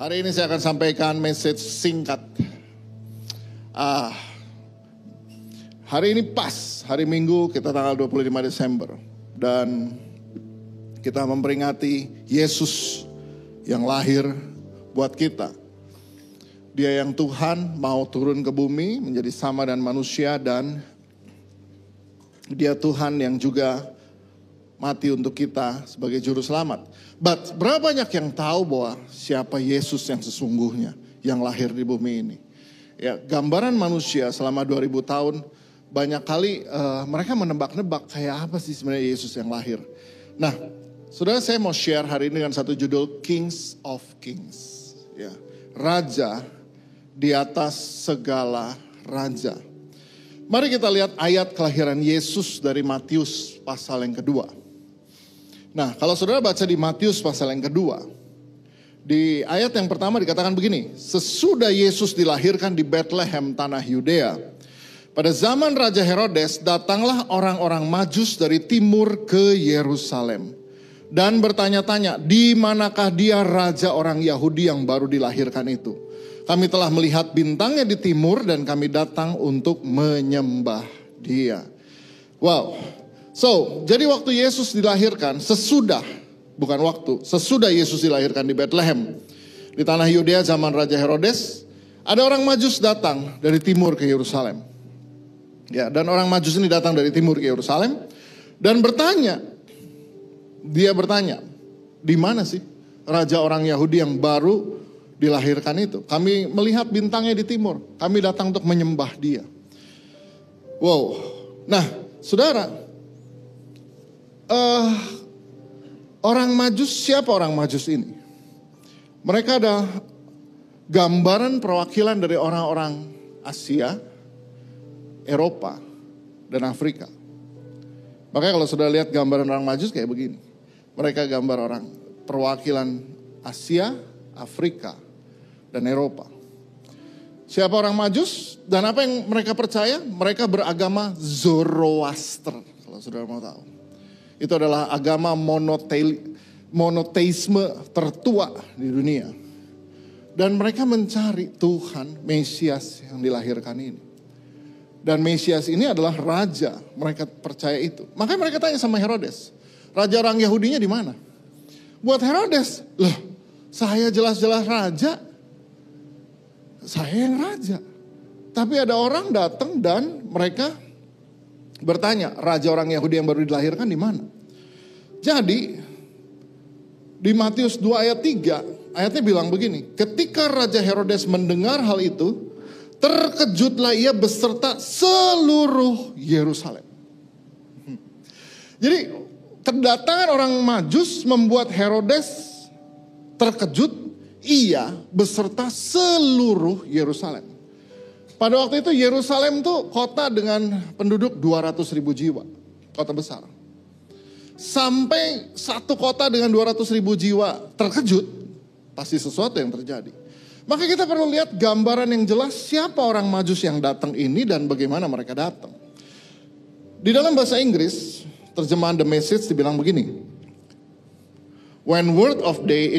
Hari ini saya akan sampaikan message singkat. Hari ini pas, hari Minggu kita tanggal 25 Desember. Dan kita memperingati Yesus yang lahir buat kita. Dia yang Tuhan mau turun ke bumi menjadi sama dan manusia, dan Dia Tuhan yang juga mati untuk kita sebagai juru selamat. But berapa banyak yang tahu bahwa siapa Yesus yang sesungguhnya yang lahir di bumi ini? Ya, gambaran manusia selama 2000 tahun banyak kali mereka menebak-nebak kayak apa sih sebenarnya Yesus yang lahir. Nah, saudara, saya mau share hari ini dengan satu judul Kings of Kings. Ya, Raja di atas segala raja. Mari kita lihat ayat kelahiran Yesus dari Matius pasal yang kedua. Nah, kalau saudara baca di Matius pasal yang kedua, di ayat yang pertama dikatakan begini. Sesudah Yesus dilahirkan di Bethlehem tanah Yudea, pada zaman Raja Herodes datanglah orang-orang Majus dari timur ke Yerusalem dan bertanya-tanya, di manakah dia raja orang Yahudi yang baru dilahirkan itu? Kami telah melihat bintangnya di timur dan kami datang untuk menyembah dia. Wow. So, jadi waktu Yesus dilahirkan, sesudah Yesus dilahirkan di Bethlehem, di tanah Yudea zaman Raja Herodes, ada orang Majus datang dari timur ke Yerusalem. Ya, dan orang Majus ini datang dari timur ke Yerusalem dan dia bertanya, di mana sih raja orang Yahudi yang baru dilahirkan itu? Kami melihat bintangnya di timur, kami datang untuk menyembah dia. Wow, nah saudara, orang Majus, siapa orang Majus ini? Mereka ada gambaran perwakilan dari orang-orang Asia, Eropa, dan Afrika. Makanya kalau sudah lihat gambaran orang Majus kayak begini. Mereka gambar orang perwakilan Asia, Afrika, dan Eropa. Siapa orang Majus dan apa yang mereka percaya? Mereka beragama Zoroaster, kalau saudara mau tahu. Itu adalah agama monoteisme tertua di dunia. Dan mereka mencari Tuhan, Mesias yang dilahirkan ini. Dan Mesias ini adalah raja, mereka percaya itu. Makanya mereka tanya sama Herodes, raja orang Yahudinya di mana? Buat Herodes, loh, saya jelas-jelas raja. Saya yang raja. Tapi ada orang datang dan mereka bertanya, raja orang Yahudi yang baru dilahirkan di mana? Jadi, di Matius 2 ayat 3, ayatnya bilang begini. Ketika Raja Herodes mendengar hal itu, terkejutlah ia beserta seluruh Yerusalem. Jadi, kedatangan orang Majus membuat Herodes terkejut, ia beserta seluruh Yerusalem. Pada waktu itu Yerusalem tuh kota dengan penduduk 200.000 jiwa. Kota besar. Sampai satu kota dengan 200.000 jiwa terkejut, pasti sesuatu yang terjadi. Maka kita perlu lihat gambaran yang jelas siapa orang Majus yang datang ini dan bagaimana mereka datang. Di dalam bahasa Inggris, terjemahan The Message dibilang begini. When word of day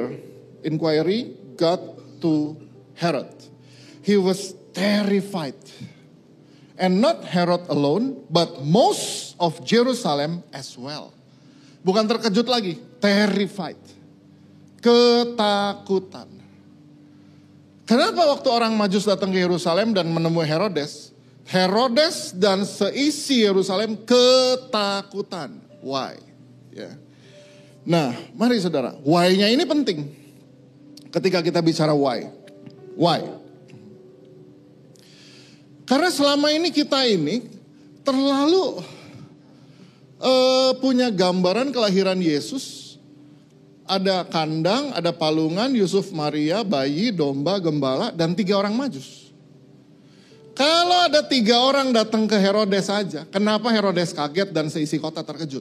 inquiry got to Herod, he was terrified. And not Herod alone, but most of Jerusalem as well. Bukan terkejut lagi, terrified. Ketakutan. Kenapa waktu orang Majus datang ke Yerusalem dan menemui Herodes? Herodes dan seisi Yerusalem ketakutan. Why? Ya. Nah, mari saudara, why-nya ini penting. Ketika kita bicara why. Why? Karena selama ini kita terlalu punya gambaran kelahiran Yesus. Ada kandang, ada palungan, Yusuf, Maria, bayi, domba, gembala, dan 3 orang Majus. Kalau ada 3 orang datang ke Herodes saja, kenapa Herodes kaget dan seisi kota terkejut?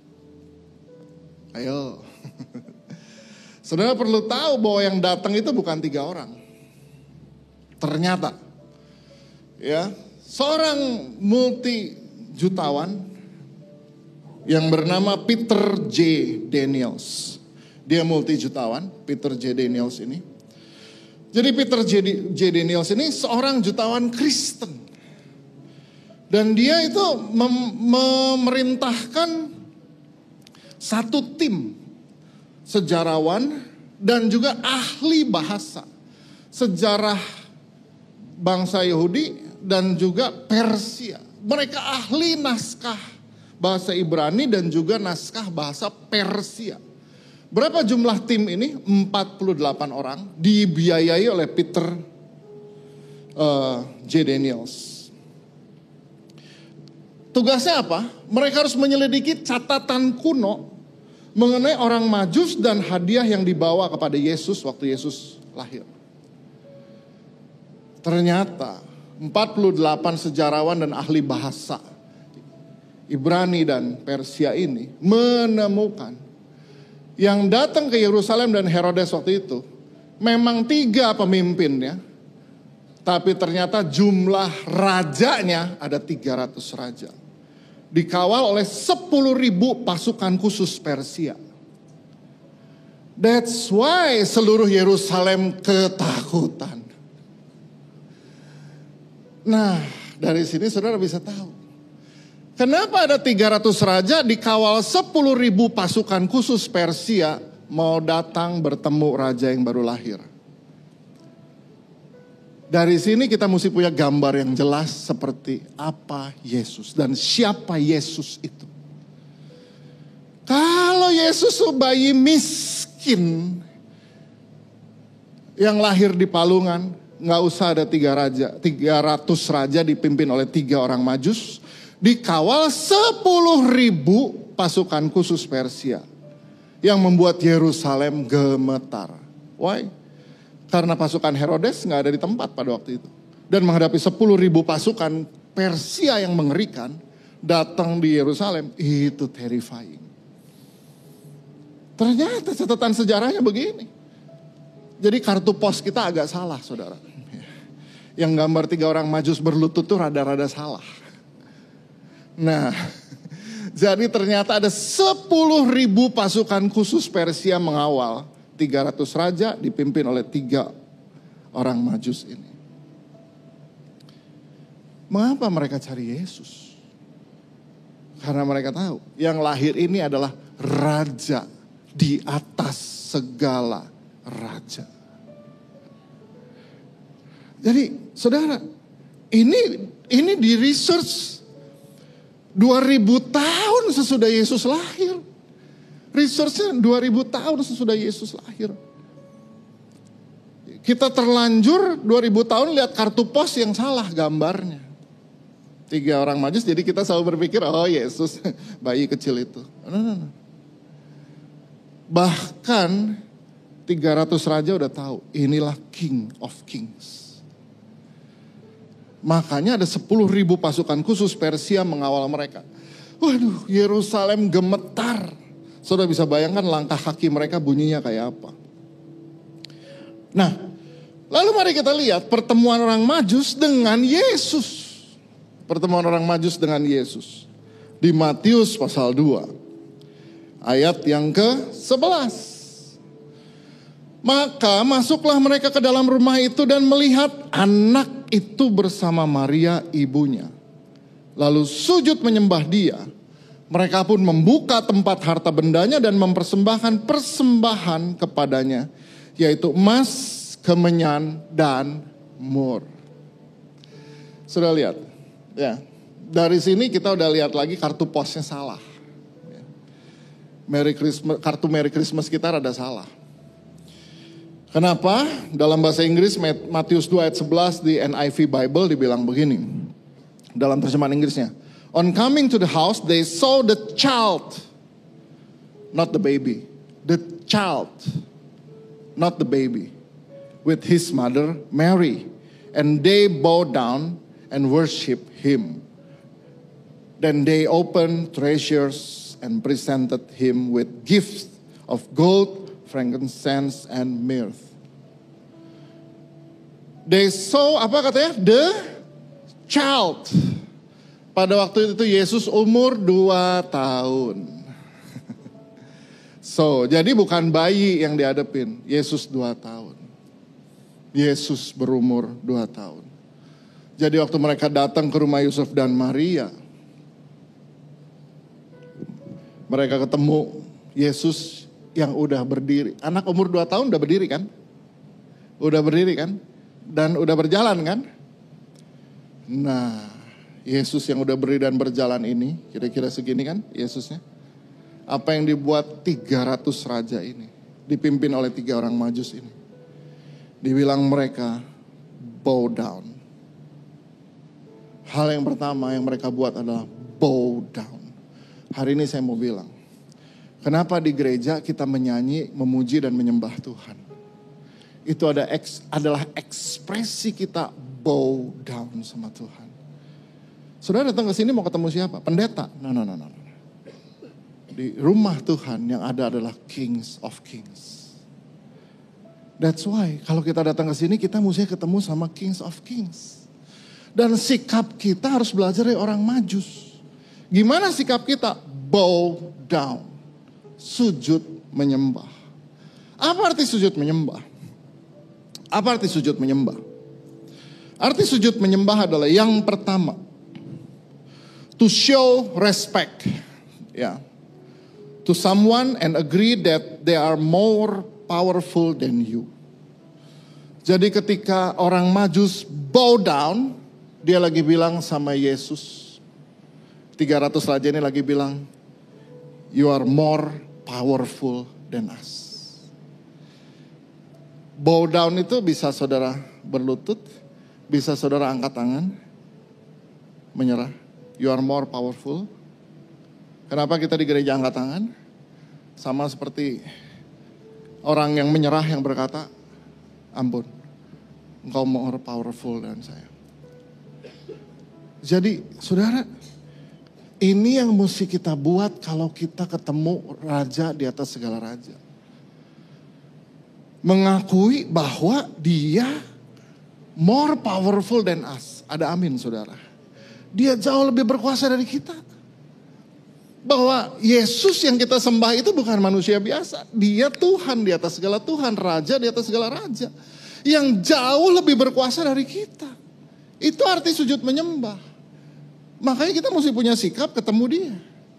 Ayo. Saudara perlu tahu bahwa yang datang itu bukan 3 orang. Ternyata ya, seorang multi jutawan yang bernama Peter J. Daniels. Dia multi jutawan, Peter J. Daniels ini. Jadi Peter J. Daniels ini seorang jutawan Kristen. Dan dia itu memerintahkan satu tim sejarawan dan juga ahli bahasa. Sejarah bangsa Yahudi dan juga Persia. Mereka ahli naskah bahasa Ibrani dan juga naskah bahasa Persia. Berapa jumlah tim ini? 48 orang dibiayai oleh Peter J. Daniels. Tugasnya apa? Mereka harus menyelidiki catatan kuno mengenai orang Majus dan hadiah yang dibawa kepada Yesus waktu Yesus lahir. Ternyata 48 sejarawan dan ahli bahasa Ibrani dan Persia ini menemukan yang datang ke Yerusalem dan Herodes waktu itu memang 3 pemimpinnya, tapi ternyata jumlah rajanya ada 300 raja. Dikawal oleh 10.000 pasukan khusus Persia. That's why seluruh Yerusalem ketakutan. Nah, dari sini saudara bisa tahu. Kenapa ada 300 raja dikawal 10.000 pasukan khusus Persia mau datang bertemu raja yang baru lahir. Dari sini kita mesti punya gambar yang jelas seperti apa Yesus dan siapa Yesus itu. Kalau Yesus itu bayi miskin yang lahir di palungan, nggak usah ada 300 raja dipimpin oleh 3 orang Majus, dikawal 10.000 pasukan khusus Persia yang membuat Yerusalem gemetar. Why? Karena pasukan Herodes nggak ada di tempat pada waktu itu. Dan menghadapi 10.000 pasukan Persia yang mengerikan datang di Yerusalem, itu terrifying. Ternyata catatan sejarahnya begini. Jadi kartu pos kita agak salah saudara. Yang gambar 3 orang Majus berlutut tuh rada-rada salah. Nah, jadi ternyata ada 10.000 pasukan khusus Persia mengawal 300 raja dipimpin oleh 3 orang Majus ini. Mengapa mereka cari Yesus? Karena mereka tahu yang lahir ini adalah raja di atas segala raja. Jadi saudara, ini di research 2000 tahun sesudah Yesus lahir. Researchnya 2000 tahun sesudah Yesus lahir. Kita terlanjur 2000 tahun lihat kartu pos yang salah gambarnya. 3 orang Majus, jadi kita selalu berpikir, oh Yesus, bayi kecil itu. No. Bahkan 300 raja udah tahu, inilah King of Kings. Makanya ada 10.000 pasukan khusus Persia mengawal mereka. Waduh, Yerusalem gemetar. Saudara bisa bayangkan langkah kaki mereka bunyinya kayak apa. Nah, lalu mari kita lihat pertemuan orang Majus dengan Yesus. Pertemuan orang Majus dengan Yesus. Di Matius pasal 2. Ayat yang ke-11. Maka masuklah mereka ke dalam rumah itu dan melihat anak itu bersama Maria ibunya. Lalu sujud menyembah dia. Mereka pun membuka tempat harta bendanya dan mempersembahkan persembahan kepadanya. Yaitu emas, kemenyan, dan mur. Sudah lihat? Ya. Dari sini kita udah lihat lagi kartu posnya salah. Kartu Merry Christmas kita rada salah. Kenapa? Dalam bahasa Inggris Matius 2 ayat 11 di NIV Bible dibilang begini. Dalam terjemahan Inggrisnya. On coming to the house, they saw the child, not the baby. The child, not the baby, with his mother Mary. And they bowed down and worshiped him. Then they opened treasures and presented him with gifts of gold, frankincense, and myrrh. They saw, apa katanya? The child. Pada waktu itu Yesus umur 2 tahun. So, jadi bukan bayi yang dihadapin, Yesus 2 tahun. Yesus berumur 2 tahun. Jadi waktu mereka datang ke rumah Yusuf dan Maria, mereka ketemu Yesus yang udah berdiri. Anak umur 2 tahun udah berdiri kan? Udah berdiri kan? Dan udah berjalan kan? Nah, Yesus yang udah berdiri dan berjalan ini, kira-kira segini kan Yesusnya? Apa yang dibuat 300 raja ini, dipimpin oleh 3 orang Majus ini. Dibilang mereka bow down. Hal yang pertama yang mereka buat adalah bow down. Hari ini saya mau bilang, kenapa di gereja kita menyanyi, memuji dan menyembah Tuhan? Itu adalah ekspresi kita bow down sama Tuhan. Saudara datang ke sini mau ketemu siapa? Pendeta? No. Di rumah Tuhan yang ada adalah Kings of Kings. That's why kalau kita datang ke sini kita mesti ketemu sama Kings of Kings. Dan sikap kita harus belajar dari orang Majus. Gimana sikap kita? Bow down. Sujud menyembah. Apa arti sujud menyembah? Apa arti sujud menyembah? Arti sujud menyembah adalah yang pertama, to show respect. Ya. To someone and agree that they are more powerful than you. Jadi ketika orang Majus bow down, dia lagi bilang sama Yesus, 300 raja ini lagi bilang, you are more powerful than us. Bow down itu bisa saudara berlutut, bisa saudara angkat tangan, menyerah. You are more powerful. Kenapa kita di gereja angkat tangan? Sama seperti orang yang menyerah yang berkata, ampun, engkau more powerful dan saya. Jadi saudara, ini yang mesti kita buat kalau kita ketemu raja di atas segala raja. Mengakui bahwa dia more powerful than us. Ada amin saudara. Dia jauh lebih berkuasa dari kita. Bahwa Yesus yang kita sembah itu bukan manusia biasa. Dia Tuhan di atas segala Tuhan, Raja di atas segala Raja. Yang jauh lebih berkuasa dari kita. Itu arti sujud menyembah. Makanya kita mesti punya sikap ketemu dia.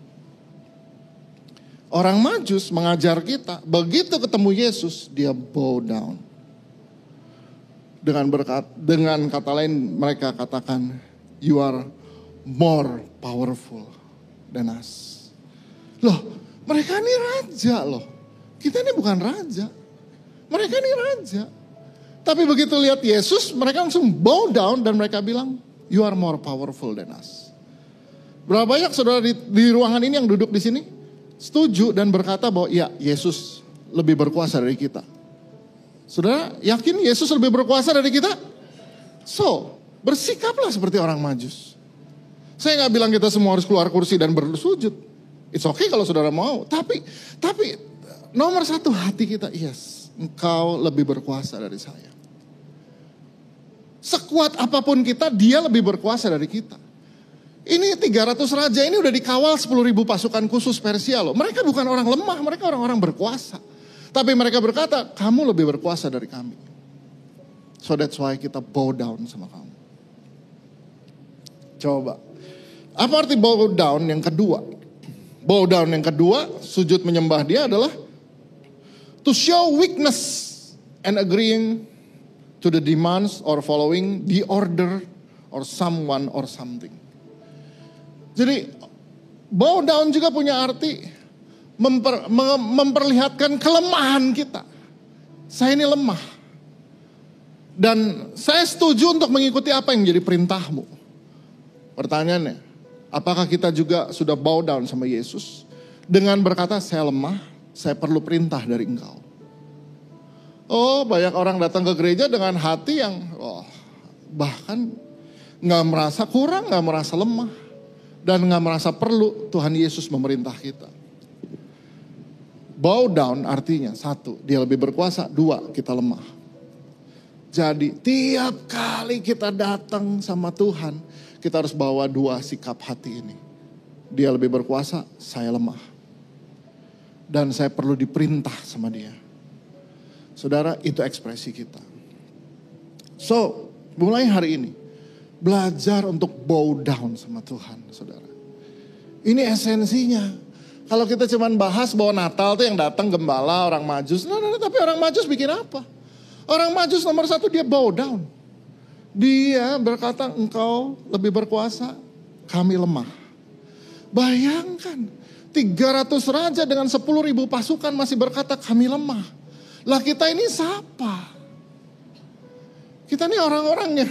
Orang Majus mengajar kita, begitu ketemu Yesus, dia bow down. Dengan kata lain mereka katakan, you are more powerful than us. Loh, mereka ini raja loh. Kita ini bukan raja. Mereka ini raja. Tapi begitu lihat Yesus, mereka langsung bow down dan mereka bilang, you are more powerful than us. Berapa banyak saudara di ruangan ini yang duduk di sini setuju dan berkata bahwa ya Yesus lebih berkuasa dari kita. Saudara yakin Yesus lebih berkuasa dari kita? So, bersikaplah seperti orang Majus. Saya gak bilang kita semua harus keluar kursi dan bersujud. It's okay kalau saudara mau. Tapi nomor satu hati kita, yes, engkau lebih berkuasa dari saya. Sekuat apapun kita, dia lebih berkuasa dari kita. Ini 300 raja ini udah dikawal 10.000 pasukan khusus Persia loh. Mereka bukan orang lemah, mereka orang-orang berkuasa. Tapi mereka berkata, kamu lebih berkuasa dari kami. So that's why kita bow down sama kamu. Coba. Apa arti bow down yang kedua? Bow down yang kedua, sujud menyembah dia adalah to show weakness and agreeing to the demands or following the order or someone or something. Jadi bow down juga punya arti memperlihatkan kelemahan kita. Saya ini lemah. Dan saya setuju untuk mengikuti apa yang menjadi perintahmu. Pertanyaannya, apakah kita juga sudah bow down sama Yesus? Dengan berkata, saya lemah, saya perlu perintah dari engkau. Oh, banyak orang datang ke gereja dengan hati yang bahkan gak merasa kurang, gak merasa lemah. Dan gak merasa perlu Tuhan Yesus memerintah kita. Bow down artinya, 1, dia lebih berkuasa, 2, kita lemah. Jadi tiap kali kita datang sama Tuhan, kita harus bawa 2 sikap hati ini. Dia lebih berkuasa, saya lemah. Dan saya perlu diperintah sama dia. Saudara, itu ekspresi kita. So, mulai hari ini, belajar untuk bow down sama Tuhan, saudara. Ini esensinya. Kalau kita cuma bahas bahwa Natal tuh yang datang gembala, orang Majus. Tapi orang Majus bikin apa? Orang Majus nomor satu dia bow down. Dia berkata, engkau lebih berkuasa, kami lemah. Bayangkan, 300 raja dengan 10.000 pasukan masih berkata kami lemah. Lah kita ini siapa? Kita ini orang-orangnya.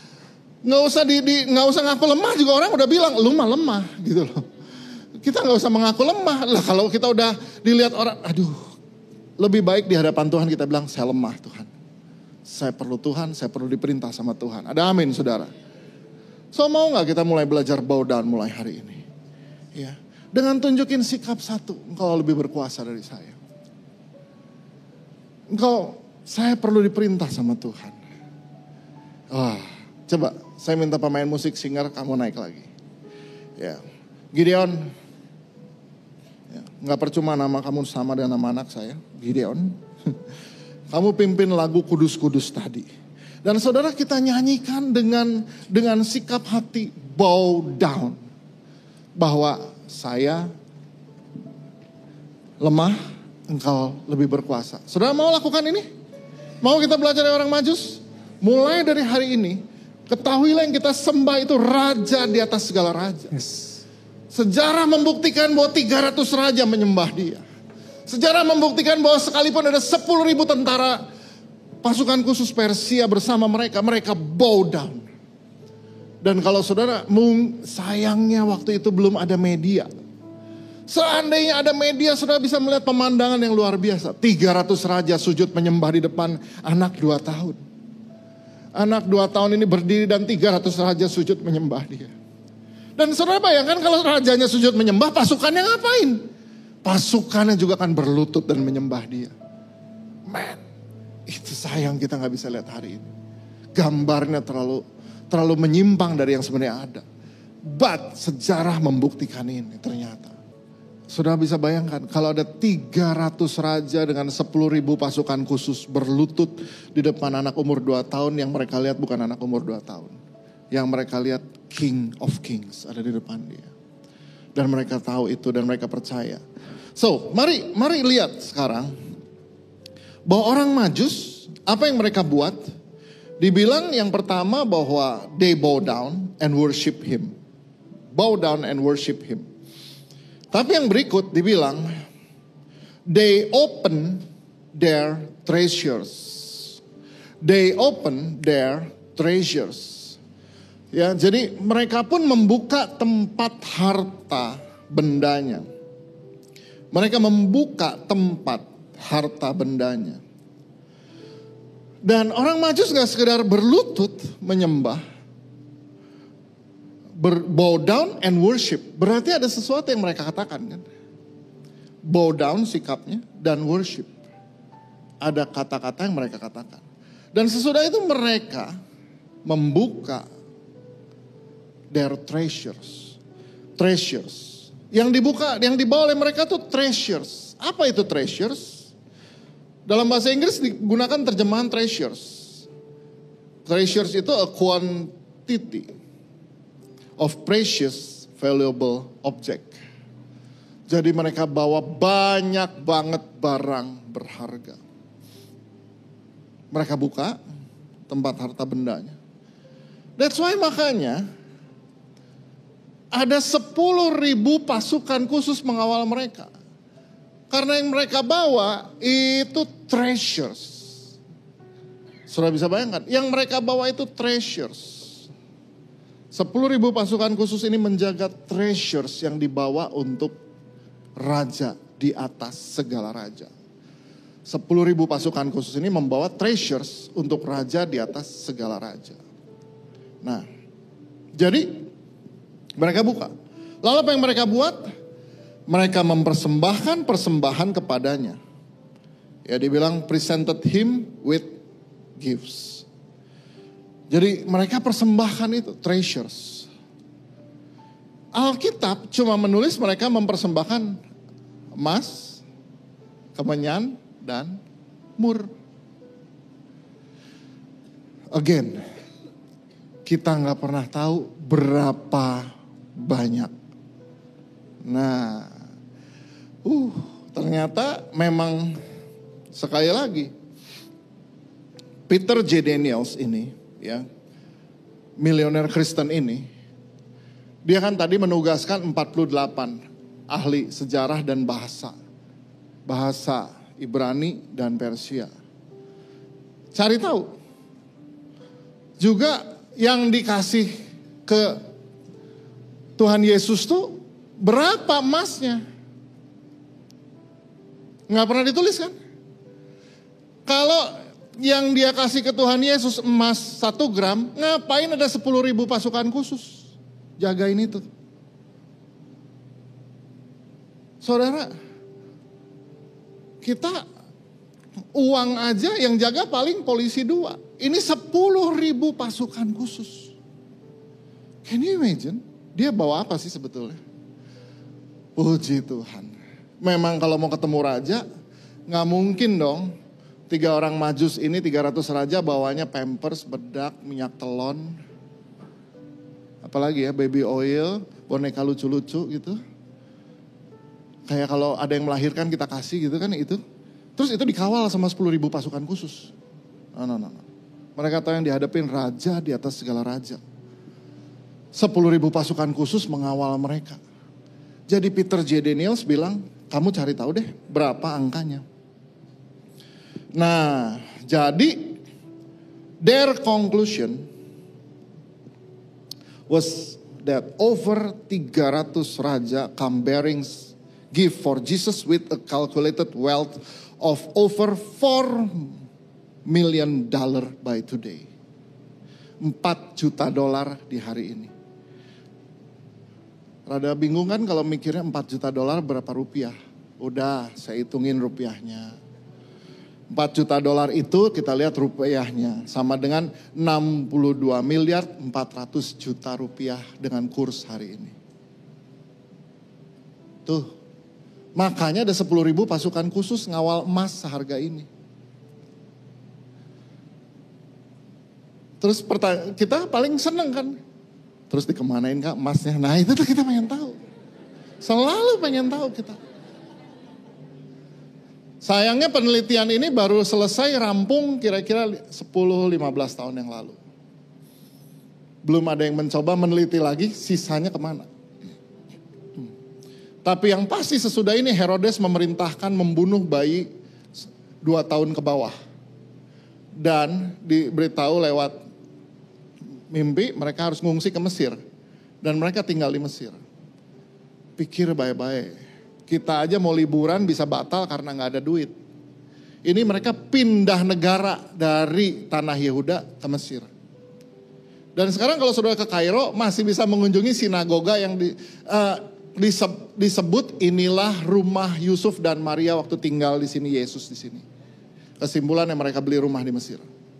Nggak usah ngaku lemah juga orang udah bilang, lu mah lemah gitu loh. Kita nggak usah mengaku lemah. Lah kalau kita udah dilihat orang, aduh, lebih baik di hadapan Tuhan kita bilang, saya lemah Tuhan. Saya perlu Tuhan, saya perlu diperintah sama Tuhan. Ada amin saudara. So mau gak kita mulai belajar bow down mulai hari ini? Ya, dengan tunjukin sikap satu, engkau lebih berkuasa dari saya. Saya perlu diperintah sama Tuhan. Wah, coba saya minta pemain musik singer kamu naik lagi. Ya, Gideon. Ya, gak percuma nama kamu sama dengan nama anak saya, Gideon. Kamu pimpin lagu kudus-kudus tadi. Dan saudara kita nyanyikan dengan sikap hati bow down. Bahwa saya lemah, engkau lebih berkuasa. Saudara mau lakukan ini? Mau kita belajar dari orang Majus? Mulai dari hari ini, ketahuilah yang kita sembah itu raja di atas segala raja. Yes. Sejarah membuktikan bahwa 300 raja menyembah dia. Sejarah membuktikan bahwa sekalipun ada 10.000 tentara pasukan khusus Persia bersama mereka bow down. Dan kalau saudara, sayangnya waktu itu belum ada media. Seandainya ada media, saudara bisa melihat pemandangan yang luar biasa. 300 raja sujud menyembah di depan anak 2 tahun. Anak 2 tahun ini berdiri dan 300 raja sujud menyembah dia. Dan saudara bayangkan kalau rajanya sujud menyembah, pasukannya ngapain? Pasukannya juga akan berlutut dan menyembah dia. Man, itu sayang kita gak bisa lihat hari ini. Gambarnya terlalu menyimpang dari yang sebenarnya ada. But sejarah membuktikan ini ternyata. Sudah bisa bayangkan kalau ada 300 raja dengan 10.000 pasukan khusus berlutut di depan anak umur 2 tahun yang mereka lihat bukan anak umur 2 tahun. Yang mereka lihat King of Kings ada di depan dia. Dan mereka tahu itu dan mereka percaya. So, mari lihat sekarang bahwa orang Majus, apa yang mereka buat? Dibilang yang pertama bahwa they bow down and worship him. Bow down and worship him. Tapi yang berikut dibilang, they open their treasures. They open their treasures. Ya, jadi mereka pun membuka tempat harta bendanya. Mereka membuka tempat harta bendanya. Dan orang Majus gak sekedar berlutut menyembah. Bow down and worship. Berarti ada sesuatu yang mereka katakan kan. Bow down sikapnya dan worship. Ada kata-kata yang mereka katakan. Dan sesudah itu mereka membuka their treasures. Treasures. Yang dibawa oleh mereka tuh treasures. Apa itu treasures? Dalam bahasa Inggris digunakan terjemahan treasures. Treasures itu a quantity of precious valuable object. Jadi mereka bawa banyak banget barang berharga. Mereka buka tempat harta bendanya. That's why makanya ada 10.000 pasukan khusus mengawal mereka. Karena yang mereka bawa itu treasures. Sudah bisa bayangkan, yang mereka bawa itu treasures. 10.000 pasukan khusus ini menjaga treasures yang dibawa untuk raja di atas segala raja. 10.000 pasukan khusus ini membawa treasures untuk raja di atas segala raja. Nah, jadi mereka buka. Lalu apa yang mereka buat? Mereka mempersembahkan persembahan kepadanya. Ya, dibilang presented him with gifts. Jadi mereka persembahkan itu, treasures. Alkitab cuma menulis mereka mempersembahkan emas, kemenyan, dan mur. Again, kita nggak pernah tahu berapa banyak. Nah, ternyata memang sekali lagi Peter J. Daniels ini, ya, milioner Kristen ini, dia kan tadi menugaskan 48 ahli sejarah dan bahasa Ibrani dan Persia. Cari tahu. Juga yang dikasih ke Tuhan Yesus tuh berapa emasnya? Nggak pernah ditulis kan? Kalau yang dia kasih ke Tuhan Yesus emas 1 gram, ngapain ada 10.000 pasukan khusus jagain itu? Saudara, kita uang aja yang jaga paling polisi 2. Ini 10.000 pasukan khusus. Can you imagine? Dia bawa apa sih sebetulnya? Puji Tuhan. Memang kalau mau ketemu raja, gak mungkin dong 3 orang majus ini 300 raja bawanya pampers, bedak, minyak telon. Apalagi ya, baby oil, boneka lucu-lucu gitu. Kayak kalau ada yang melahirkan kita kasih gitu kan itu. Terus itu dikawal sama 10.000 pasukan khusus. No. Mereka tahu yang dihadapin raja di atas segala raja. 10.000 pasukan khusus mengawal mereka. Jadi Peter J. Daniels bilang, kamu cari tahu deh berapa angkanya. Nah, jadi their conclusion was that over 300 raja come bearing gift for Jesus with a calculated wealth of over $4 million by today. $4 juta di hari ini. Rada bingung kan kalau mikirnya $4 juta berapa rupiah? Udah, saya hitungin rupiahnya. $4 juta itu kita lihat rupiahnya sama dengan 62.400.000.000 rupiah dengan kurs hari ini. Tuh, makanya ada 10.000 pasukan khusus ngawal emas seharga ini. Terus kita paling seneng kan? Terus dikemanain kak emasnya? Nah itu tuh kita pengen tahu. Selalu pengen tahu kita. Sayangnya penelitian ini baru selesai rampung kira-kira 10-15 tahun yang lalu. Belum ada yang mencoba meneliti lagi sisanya kemana. Tapi yang pasti sesudah ini Herodes memerintahkan membunuh bayi 2 tahun ke bawah. Dan diberitahu lewat mimpi mereka harus ngungsi ke Mesir. Dan mereka tinggal di Mesir. Pikir baik-baik. Kita aja mau liburan bisa batal karena gak ada duit. Ini mereka pindah negara dari tanah Yehuda ke Mesir. Dan sekarang kalau saudara ke Kairo masih bisa mengunjungi sinagoga yang disebut inilah rumah Yusuf dan Maria waktu tinggal di sini, Yesus di sini. Kesimpulannya mereka beli rumah di Mesir.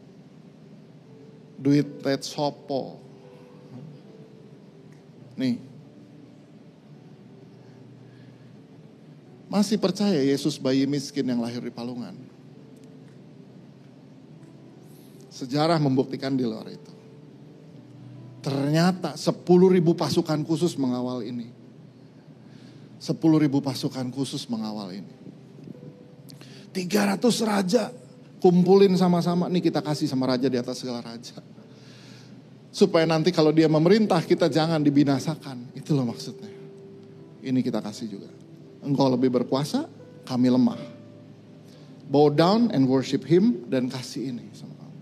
Duit tet sopo. Nih. Masih percaya Yesus bayi miskin yang lahir di palungan? Sejarah membuktikan di luar itu. Ternyata 10.000 pasukan khusus mengawal ini. 10.000 pasukan khusus mengawal ini. 300 raja kumpulin sama-sama. Nih kita kasih sama raja di atas segala raja. Supaya nanti kalau dia memerintah kita jangan dibinasakan. Itu loh maksudnya. Ini kita kasih juga. Engkau lebih berkuasa, kami lemah. Bow down and worship him dan kasih ini sama kamu.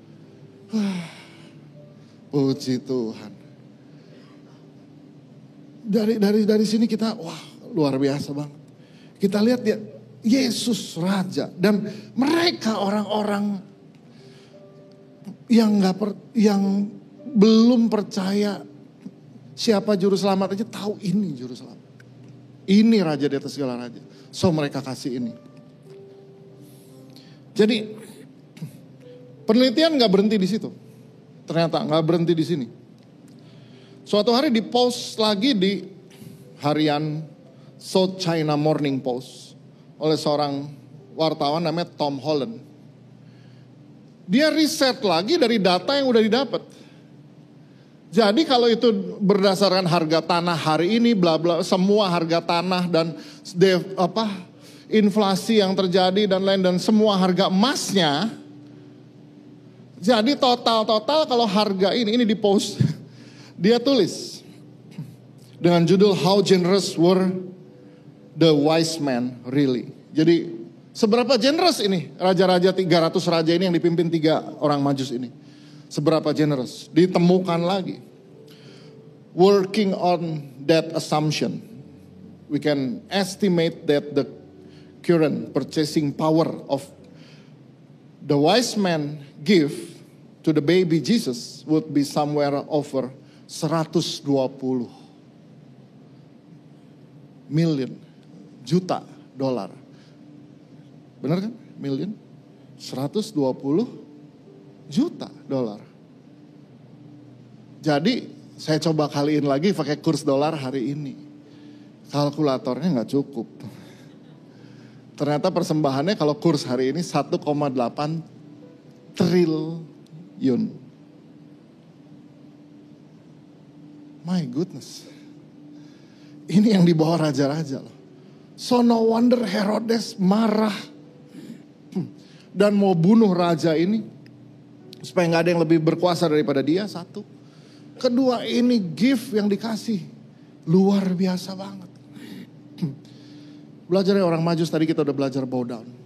Puji Tuhan. Dari sini kita wah luar biasa banget. Kita lihat dia Yesus raja dan mereka orang-orang yang yang belum percaya siapa juru selamat aja tahu ini juru selamat. Ini raja di atas segala raja. So mereka kasih ini. Jadi penelitian nggak berhenti di situ. Ternyata nggak berhenti di sini. Suatu hari di post lagi di harian South China Morning Post oleh seorang wartawan namanya Tom Holland. Dia riset lagi dari data yang udah didapat. Jadi kalau itu berdasarkan harga tanah hari ini, bla bla, semua harga tanah dan inflasi yang terjadi dan lain, dan semua harga emasnya. Jadi total kalau harga ini di post, dia tulis dengan judul How Generous Were the Wise Men Really. Jadi seberapa generous ini raja-raja 300 raja ini yang dipimpin 3 orang majus ini. Seberapa generous. Ditemukan lagi. Working on that assumption, we can estimate that the current purchasing power of the wise men give to the baby Jesus would be somewhere over 120 million juta dolar. Benar kan? Million? 120 juta dolar. Jadi saya coba kaliin lagi pakai kurs dolar hari ini. Kalkulatornya nggak cukup. Ternyata persembahannya kalau kurs hari ini 1,8 triliun. My goodness. Ini yang dibawa raja-raja loh. So no wonder Herodes marah dan mau bunuh raja ini supaya nggak ada yang lebih berkuasa daripada dia. Satu, kedua, ini gift yang dikasih luar biasa banget. Belajar ya orang majus, tadi kita udah belajar bow down.